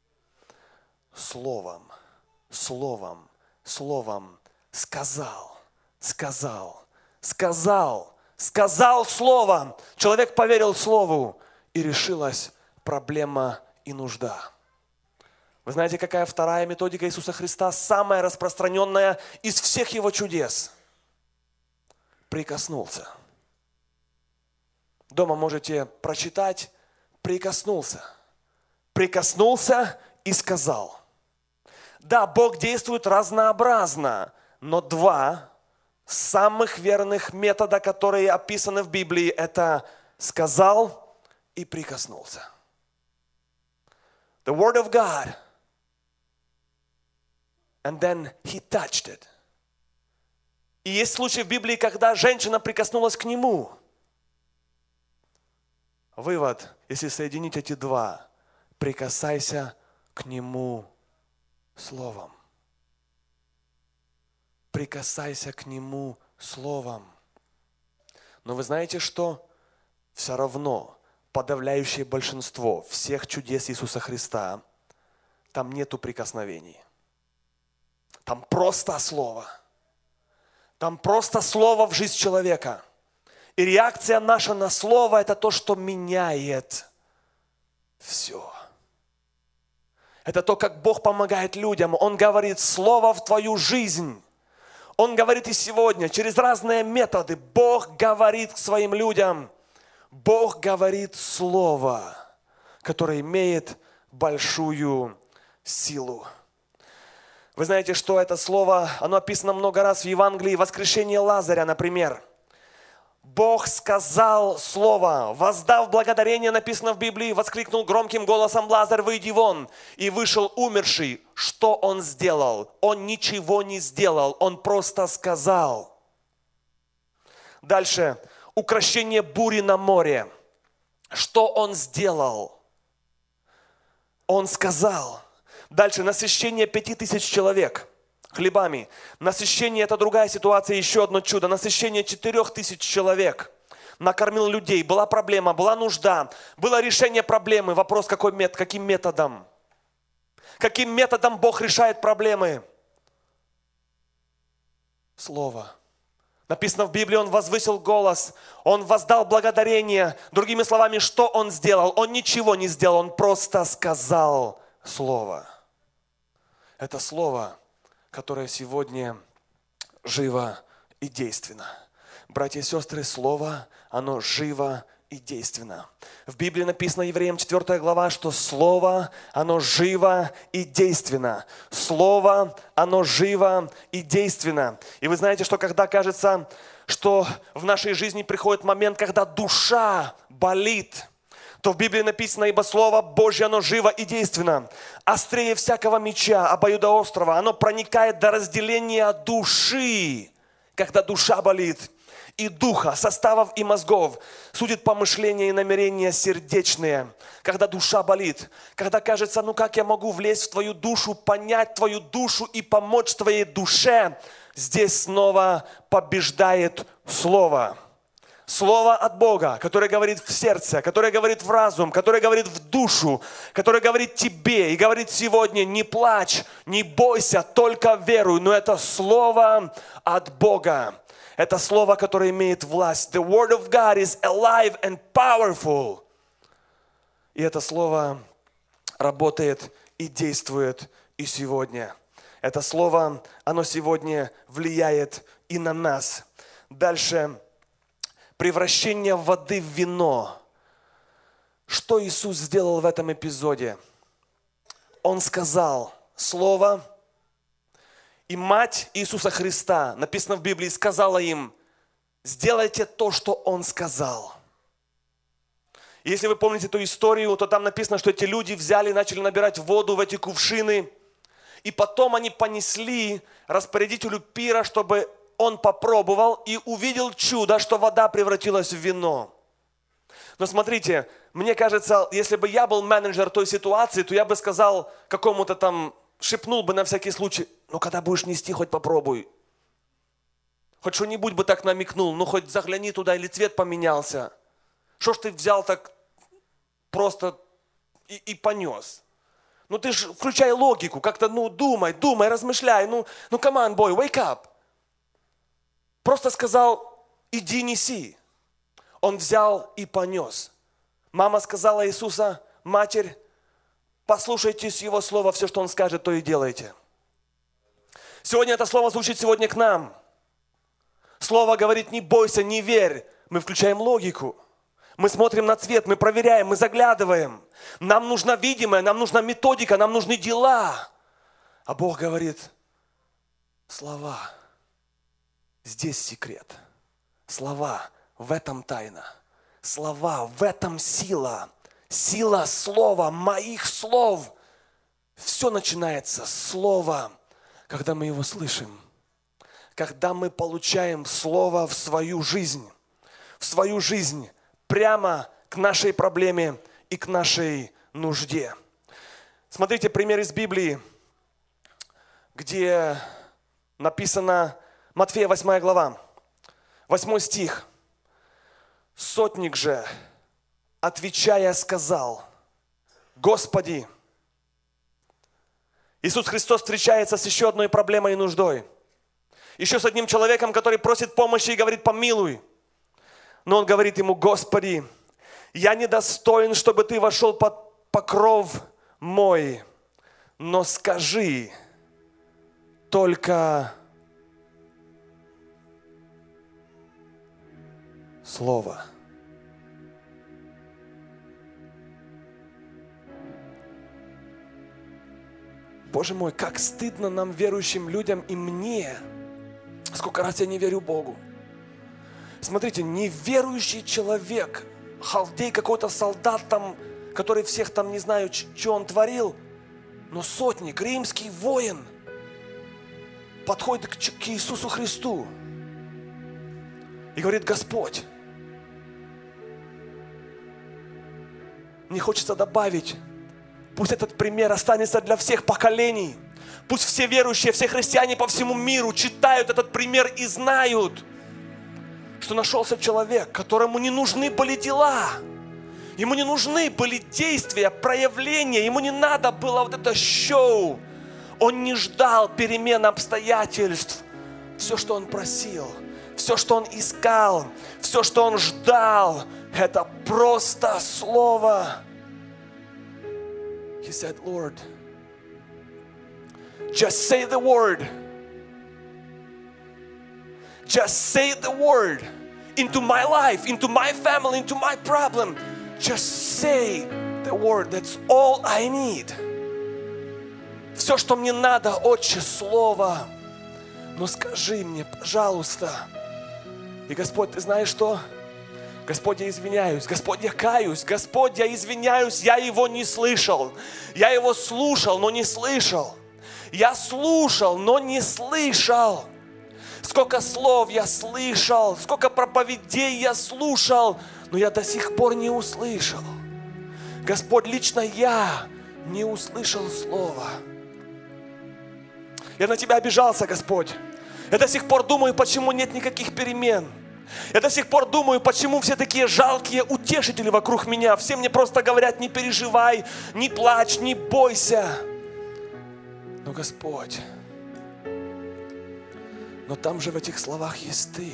Словом, словом, словом сказал, сказал, сказал, сказал словом. Человек поверил слову, и решилась проблема и нужда. Вы знаете, какая вторая методика Иисуса Христа, самая распространенная из всех Его чудес? Прикоснулся. Дома можете прочитать, прикоснулся. Прикоснулся и сказал. Да, Бог действует разнообразно, но два самых верных метода, которые описаны в Библии, это сказал и прикоснулся. The word of God. And then he touched it. И есть случаи в Библии, когда женщина прикоснулась к нему. Вывод, если соединить эти два, прикасайся к нему словом. Прикасайся к нему словом. Но вы знаете, что все равно подавляющее большинство всех чудес Иисуса Христа, там нету прикосновений. Там просто слово. Там просто слово в жизнь человека. И реакция наша на слово – это то, что меняет все. Это то, как Бог помогает людям. Он говорит слово в твою жизнь. Он говорит и сегодня, через разные методы. Бог говорит к своим людям. Бог говорит слово, которое имеет большую силу. Вы знаете, что это слово, оно описано много раз в Евангелии. Воскрешение Лазаря, например. Бог сказал слово, воздав благодарение, написано в Библии, воскликнул громким голосом: Лазарь, выйди вон. И вышел умерший. Что он сделал? Он ничего не сделал, он просто сказал. Дальше. Укрощение бури на море. Что он сделал? Он сказал. Дальше. Насыщение пяти тысяч человек хлебами. Насыщение – это другая ситуация, еще одно чудо. Насыщение четырех тысяч человек. Накормил людей. Была проблема, была нужда. Было решение проблемы. Вопрос, какой мет, каким методом? Каким методом Бог решает проблемы? Слово. Написано в Библии, Он возвысил голос, Он воздал благодарение. Другими словами, что Он сделал? Он ничего не сделал, Он просто сказал слово. Это слово, которое сегодня живо и действенно. Братья и сестры, слово, оно живо и действенно. В Библии написано, Евреям четвёртая глава, что Слово, оно живо и действенно. Слово, оно живо и действенно. И вы знаете, что когда кажется, что в нашей жизни приходит момент, когда душа болит, то в Библии написано, ибо Слово Божье, оно живо и действенно. Острее всякого меча, обоюдоострого, оно проникает до разделения души, когда душа болит, и духа, составов и мозгов, судит помышления и намерения сердечные, когда душа болит, когда кажется, ну как я могу влезть в твою душу, понять твою душу и помочь твоей душе, здесь снова побеждает Слово. Слово от Бога, которое говорит в сердце, которое говорит в разум, которое говорит в душу, которое говорит тебе и говорит сегодня: не плачь, не бойся, только веруй. Но это Слово от Бога. Это Слово, которое имеет власть. The word of God is alive and powerful. И это Слово работает и действует и сегодня. Это Слово, оно сегодня влияет и на нас. Дальше. Превращение воды в вино. Что Иисус сделал в этом эпизоде? Он сказал Слово, и мать Иисуса Христа, написано в Библии, сказала им: сделайте то, что Он сказал. И если вы помните эту историю, то там написано, что эти люди взяли и начали набирать воду в эти кувшины, и потом они понесли распорядителю пира, чтобы он попробовал и увидел чудо, что вода превратилась в вино. Но смотрите, мне кажется, если бы я был менеджер той ситуации, то я бы сказал какому-то там, шепнул бы на всякий случай: ну когда будешь нести, хоть попробуй. Хоть что-нибудь бы так намекнул, ну хоть загляни туда, или цвет поменялся. Что ж ты взял так просто и, и понес? Ну ты ж включай логику, как-то ну думай, думай, размышляй, ну, ну come on, boy, wake up. Просто сказал: иди неси. Он взял и понес. Мама сказала Иисуса: матерь, послушайтесь Его слова, все, что Он скажет, то и делайте. Сегодня это слово звучит сегодня к нам. Слово говорит: не бойся, не верь. Мы включаем логику. Мы смотрим на цвет, мы проверяем, мы заглядываем. Нам нужна видимая, нам нужна методика, нам нужны дела. А Бог говорит: слова. Здесь секрет. Слова, в этом тайна. Слова, в этом сила. Сила слова, моих слов. Все начинается с слова, когда мы его слышим. Когда мы получаем слово в свою жизнь. В свою жизнь. Прямо к нашей проблеме и к нашей нужде. Смотрите пример из Библии, где написано... Матфея восьмая глава, восьмой стих. Сотник же, отвечая, сказал: Господи, Иисус Христос встречается с еще одной проблемой и нуждой. Еще с одним человеком, который просит помощи и говорит: помилуй. Но он говорит ему: Господи, я недостоин, чтобы ты вошел под покров мой, но скажи только слово. Боже мой, как стыдно нам, верующим людям, и мне. Сколько раз я не верю Богу. Смотрите, неверующий человек, халдей, какой-то солдат там, который всех там, не знаю, что он творил, но сотник, римский воин, подходит к, к Иисусу Христу и говорит: Господь, мне хочется добавить, пусть этот пример останется для всех поколений. Пусть все верующие, все христиане по всему миру читают этот пример и знают, что нашелся человек, которому не нужны были дела. Ему не нужны были действия, проявления. Ему не надо было вот это шоу. Он не ждал перемен обстоятельств. Все, что он просил, все, что он искал, все, что он ждал, это просто слово. He said, Lord, just say the word. Just say the word. into my life, into my family, into my problem. Just say the word. That's all I need. Все, что мне надо, Отче, Слово. Но скажи мне, пожалуйста. И Господь, ты знаешь что? Господь, я извиняюсь. Господь, я каюсь. Господь, я извиняюсь. Я его не слышал. Я его слушал, но не слышал. Я слушал, но не слышал. Сколько слов я слышал, сколько проповедей я слушал, но я до сих пор не услышал. Господь, лично я не услышал слова. Я на Тебя обижался, Господь. Я до сих пор думаю, почему нет никаких перемен. Я до сих пор думаю, почему все такие жалкие утешители вокруг меня. Все мне просто говорят, не переживай, не плачь, не бойся. Но, Господь, но там же в этих словах есть Ты.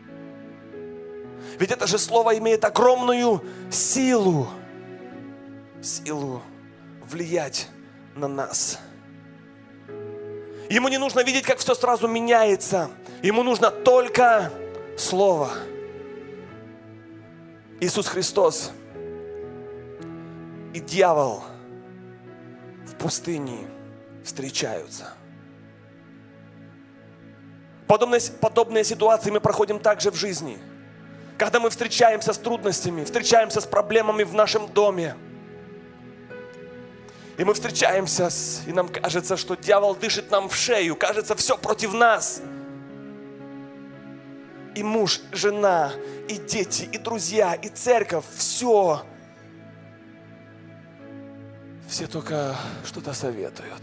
Ведь это же слово имеет огромную силу. Силу влиять на нас. Ему не нужно видеть, как все сразу меняется. Ему нужно только Слово. Иисус Христос и дьявол в пустыне встречаются. Подобные, подобные ситуации мы проходим также в жизни. Когда мы встречаемся с трудностями, встречаемся с проблемами в нашем доме. И мы встречаемся, с, и нам кажется, что дьявол дышит нам в шею. Кажется, все против нас. И муж, жена, и дети, и друзья, и церковь. Все. Все только что-то советуют.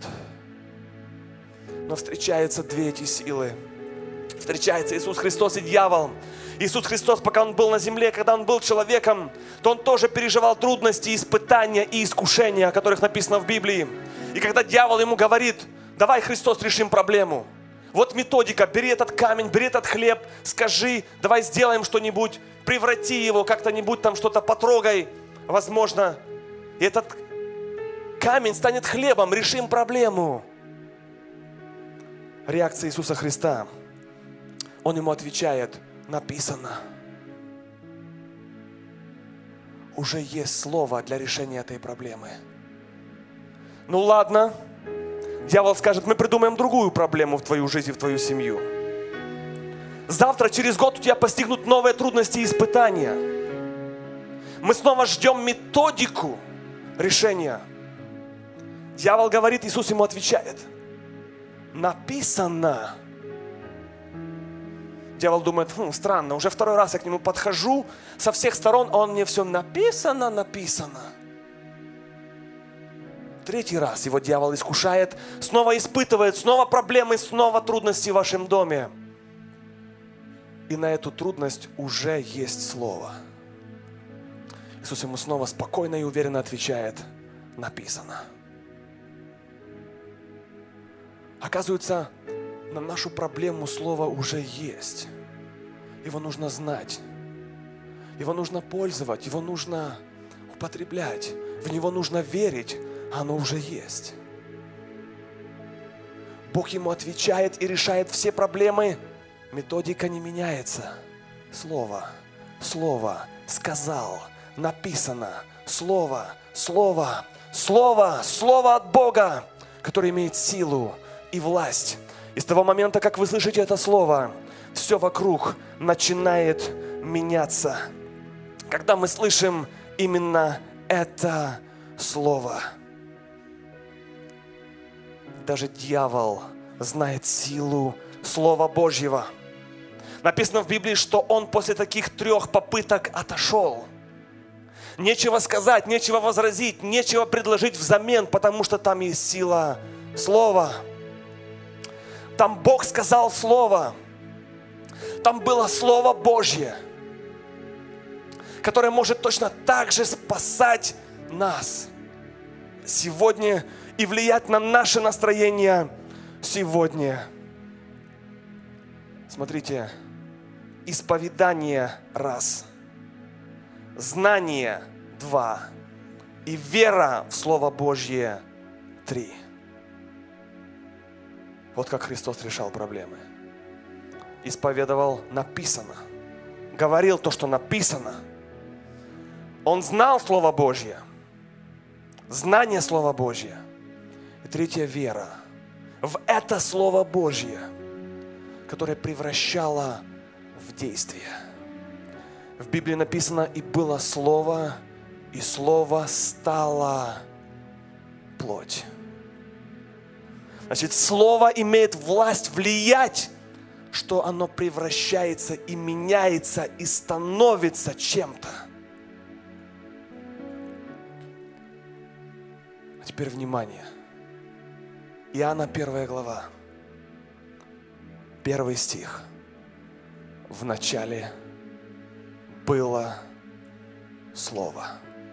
Но встречаются две эти силы. Встречается Иисус Христос и дьявол. Иисус Христос, пока Он был на земле, когда Он был человеком, то Он тоже переживал трудности, испытания и искушения, о которых написано в Библии. И когда дьявол Ему говорит, давай, Христос, решим проблему. Вот методика, бери этот камень, бери этот хлеб, скажи, давай сделаем что-нибудь, преврати его как-то-нибудь, там что-то потрогай, возможно. И этот камень станет хлебом, решим проблему. Реакция Иисуса Христа. Он ему отвечает, написано. Уже есть слово для решения этой проблемы. Ну ладно, дьявол скажет, мы придумаем другую проблему в твою жизнь, в твою семью. Завтра, через год у тебя постигнут новые трудности и испытания. Мы снова ждем методику решения. Дьявол говорит, Иисус ему отвечает, написано. Дьявол думает, хм, странно, уже второй раз я к нему подхожу, со всех сторон, а он мне все написано, написано. Третий раз его дьявол искушает, снова испытывает, снова проблемы, снова трудности в вашем доме. И на эту трудность уже есть слово. Иисус ему снова спокойно и уверенно отвечает, написано. Оказывается, на нашу проблему слово уже есть. Его нужно знать. Его нужно пользовать. Его нужно употреблять. В него нужно верить. Оно уже есть. Бог ему отвечает и решает все проблемы. Методика не меняется. Слово, слово, сказал, написано. Слово, слово, слово, слово от Бога, которое имеет силу и власть. И с того момента, как вы слышите это слово, все вокруг начинает меняться. Когда мы слышим именно это слово. Даже дьявол знает силу Слова Божьего. Написано в Библии, что он после таких трех попыток отошел. Нечего сказать, нечего возразить, нечего предложить взамен, потому что там есть сила Слова. Там Бог сказал Слово. Там было Слово Божье, которое может точно так же спасать нас сегодня и влиять на наше настроение сегодня. Смотрите, исповедание раз, знание два и вера в Слово Божье три. Вот как Христос решал проблемы. Исповедовал, написано. говорил то, что написано. Он знал Слово Божье. Знание Слова Божье. И третья вера в это Слово Божье, которое превращало в действие. В Библии написано: и было Слово, и Слово стало плоть. Значит, Слово имеет власть влиять, что оно превращается и меняется, и становится чем-то. А теперь внимание. Иоанна первая глава, первый стих. В начале было Слово.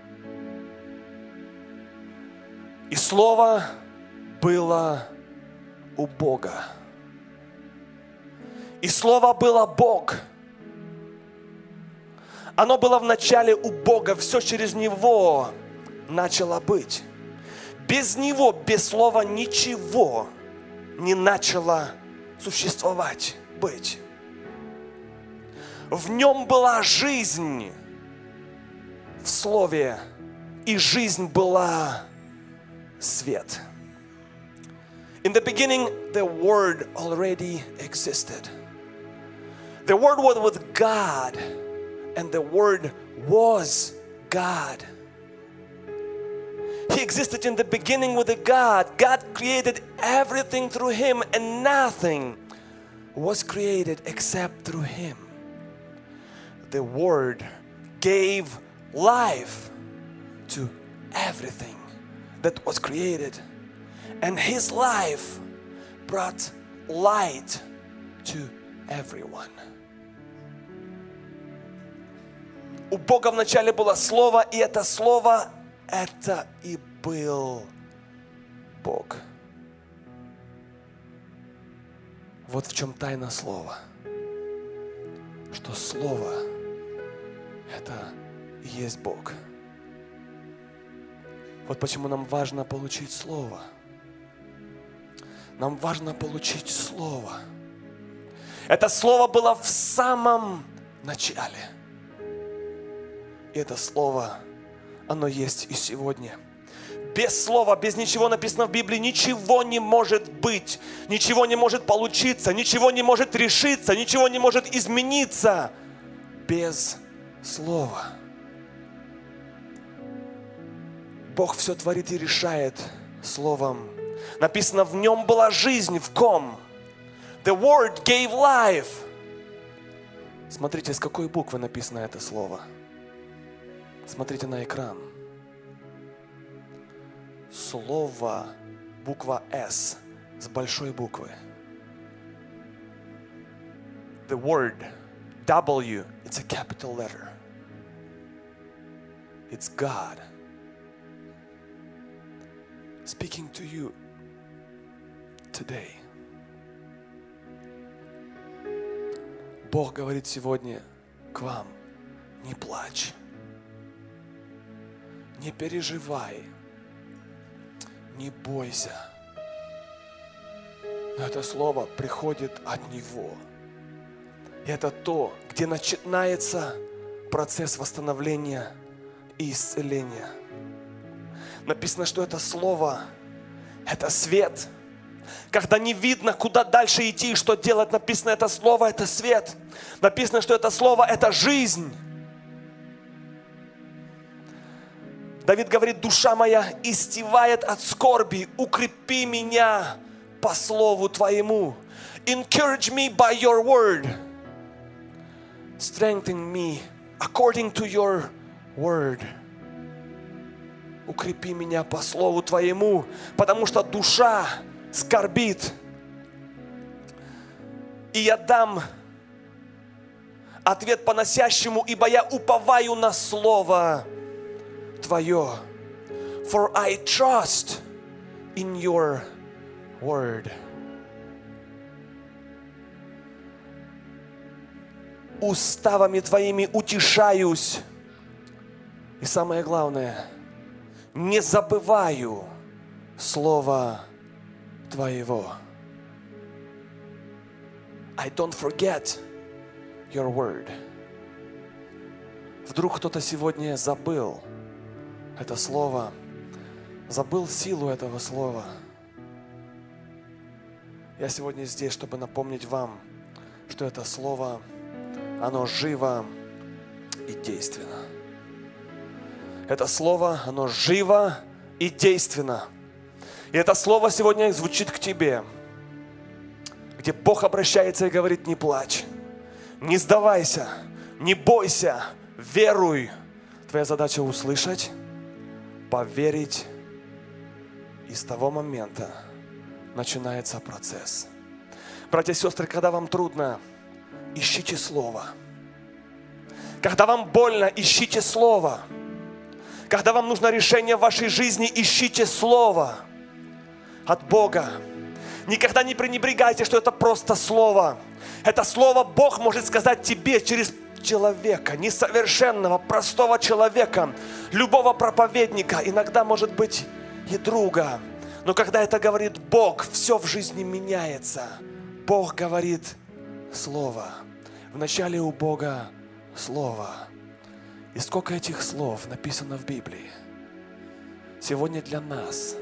И Слово было у Бога. И Слово было Бог. Оно было в начале у Бога. Все через Него начало быть. Без Него, без Слова ничего не начало существовать, быть. В Нем была жизнь, в Слове, и жизнь была свет. In the beginning, the Word already existed. The Word was with God, and the Word was God. He existed in the beginning with the God. God created everything through Him, and nothing was created except through Him. The Word gave life to everything that was created. And His life brought light to everyone. У Бога вначале было Слово, и это Слово, это и был Бог. Вот в чем тайна Слова. Что Слово – это и есть Бог. Вот почему нам важно получить Слово. Нам важно получить Слово. Это Слово было в самом начале. И это Слово, оно есть и сегодня. Без Слова, без ничего написано в Библии, ничего не может быть, ничего не может получиться, ничего не может решиться, ничего не может измениться без Слова. Бог все творит и решает Словом. Написано, в Нем была жизнь, в ком? The Word gave life. Смотрите, с какой буквы написано это слово. Смотрите на экран. Слово, буква S, с большой буквы. The word, W, it's a capital letter. It's God speaking to you today. Бог говорит сегодня к вам: не плачь, не переживай, не бойся. Но это слово приходит от Него. И это то, где начинается процесс восстановления и исцеления. Написано, что это слово – это свет. Когда не видно, куда дальше идти и что делать, написано, это слово – это свет. Написано, что это слово – это жизнь. Давид говорит: душа моя истивает от скорби, укрепи меня по слову Твоему. Encourage me by your word. Strengthen me according to your word. Укрепи меня по слову Твоему, потому что душа скорбит. И я дам ответ по-носящему, ибо я уповаю на слово Твое. For I trust in your word. Уставами Твоими утешаюсь. И самое главное, не забываю слова Твоего. I don't forget your word. Вдруг кто-то сегодня забыл это слово, забыл силу этого слова. Я сегодня здесь, чтобы напомнить вам, что это слово, оно живо и действенно. Это слово, оно живо и действенно. И это слово сегодня звучит к тебе, где Бог обращается и говорит: не плачь, не сдавайся, не бойся, веруй. Твоя задача услышать, поверить, и с того момента начинается процесс. Братья и сестры, когда вам трудно, ищите слово. Когда вам больно, ищите слово. Когда вам нужно решение в вашей жизни, ищите слово от Бога. Никогда не пренебрегайте, что это просто слово. Это слово Бог может сказать тебе через человека, несовершенного, простого человека, любого проповедника, иногда, может быть, и друга. Но когда это говорит Бог, все в жизни меняется. Бог говорит слово. Вначале у Бога слово. И сколько этих слов написано в Библии. Сегодня для нас.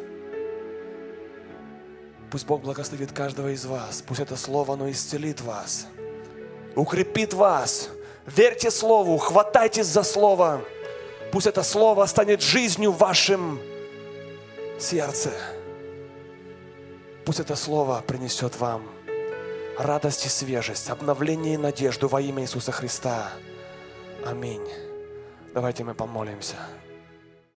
Пусть Бог благословит каждого из вас. Пусть это слово, оно исцелит вас, укрепит вас. Верьте Слову, хватайтесь за Слово. Пусть это Слово станет жизнью в вашем сердце. Пусть это Слово принесет вам радость и свежесть, обновление и надежду во имя Иисуса Христа. Аминь. Давайте мы помолимся.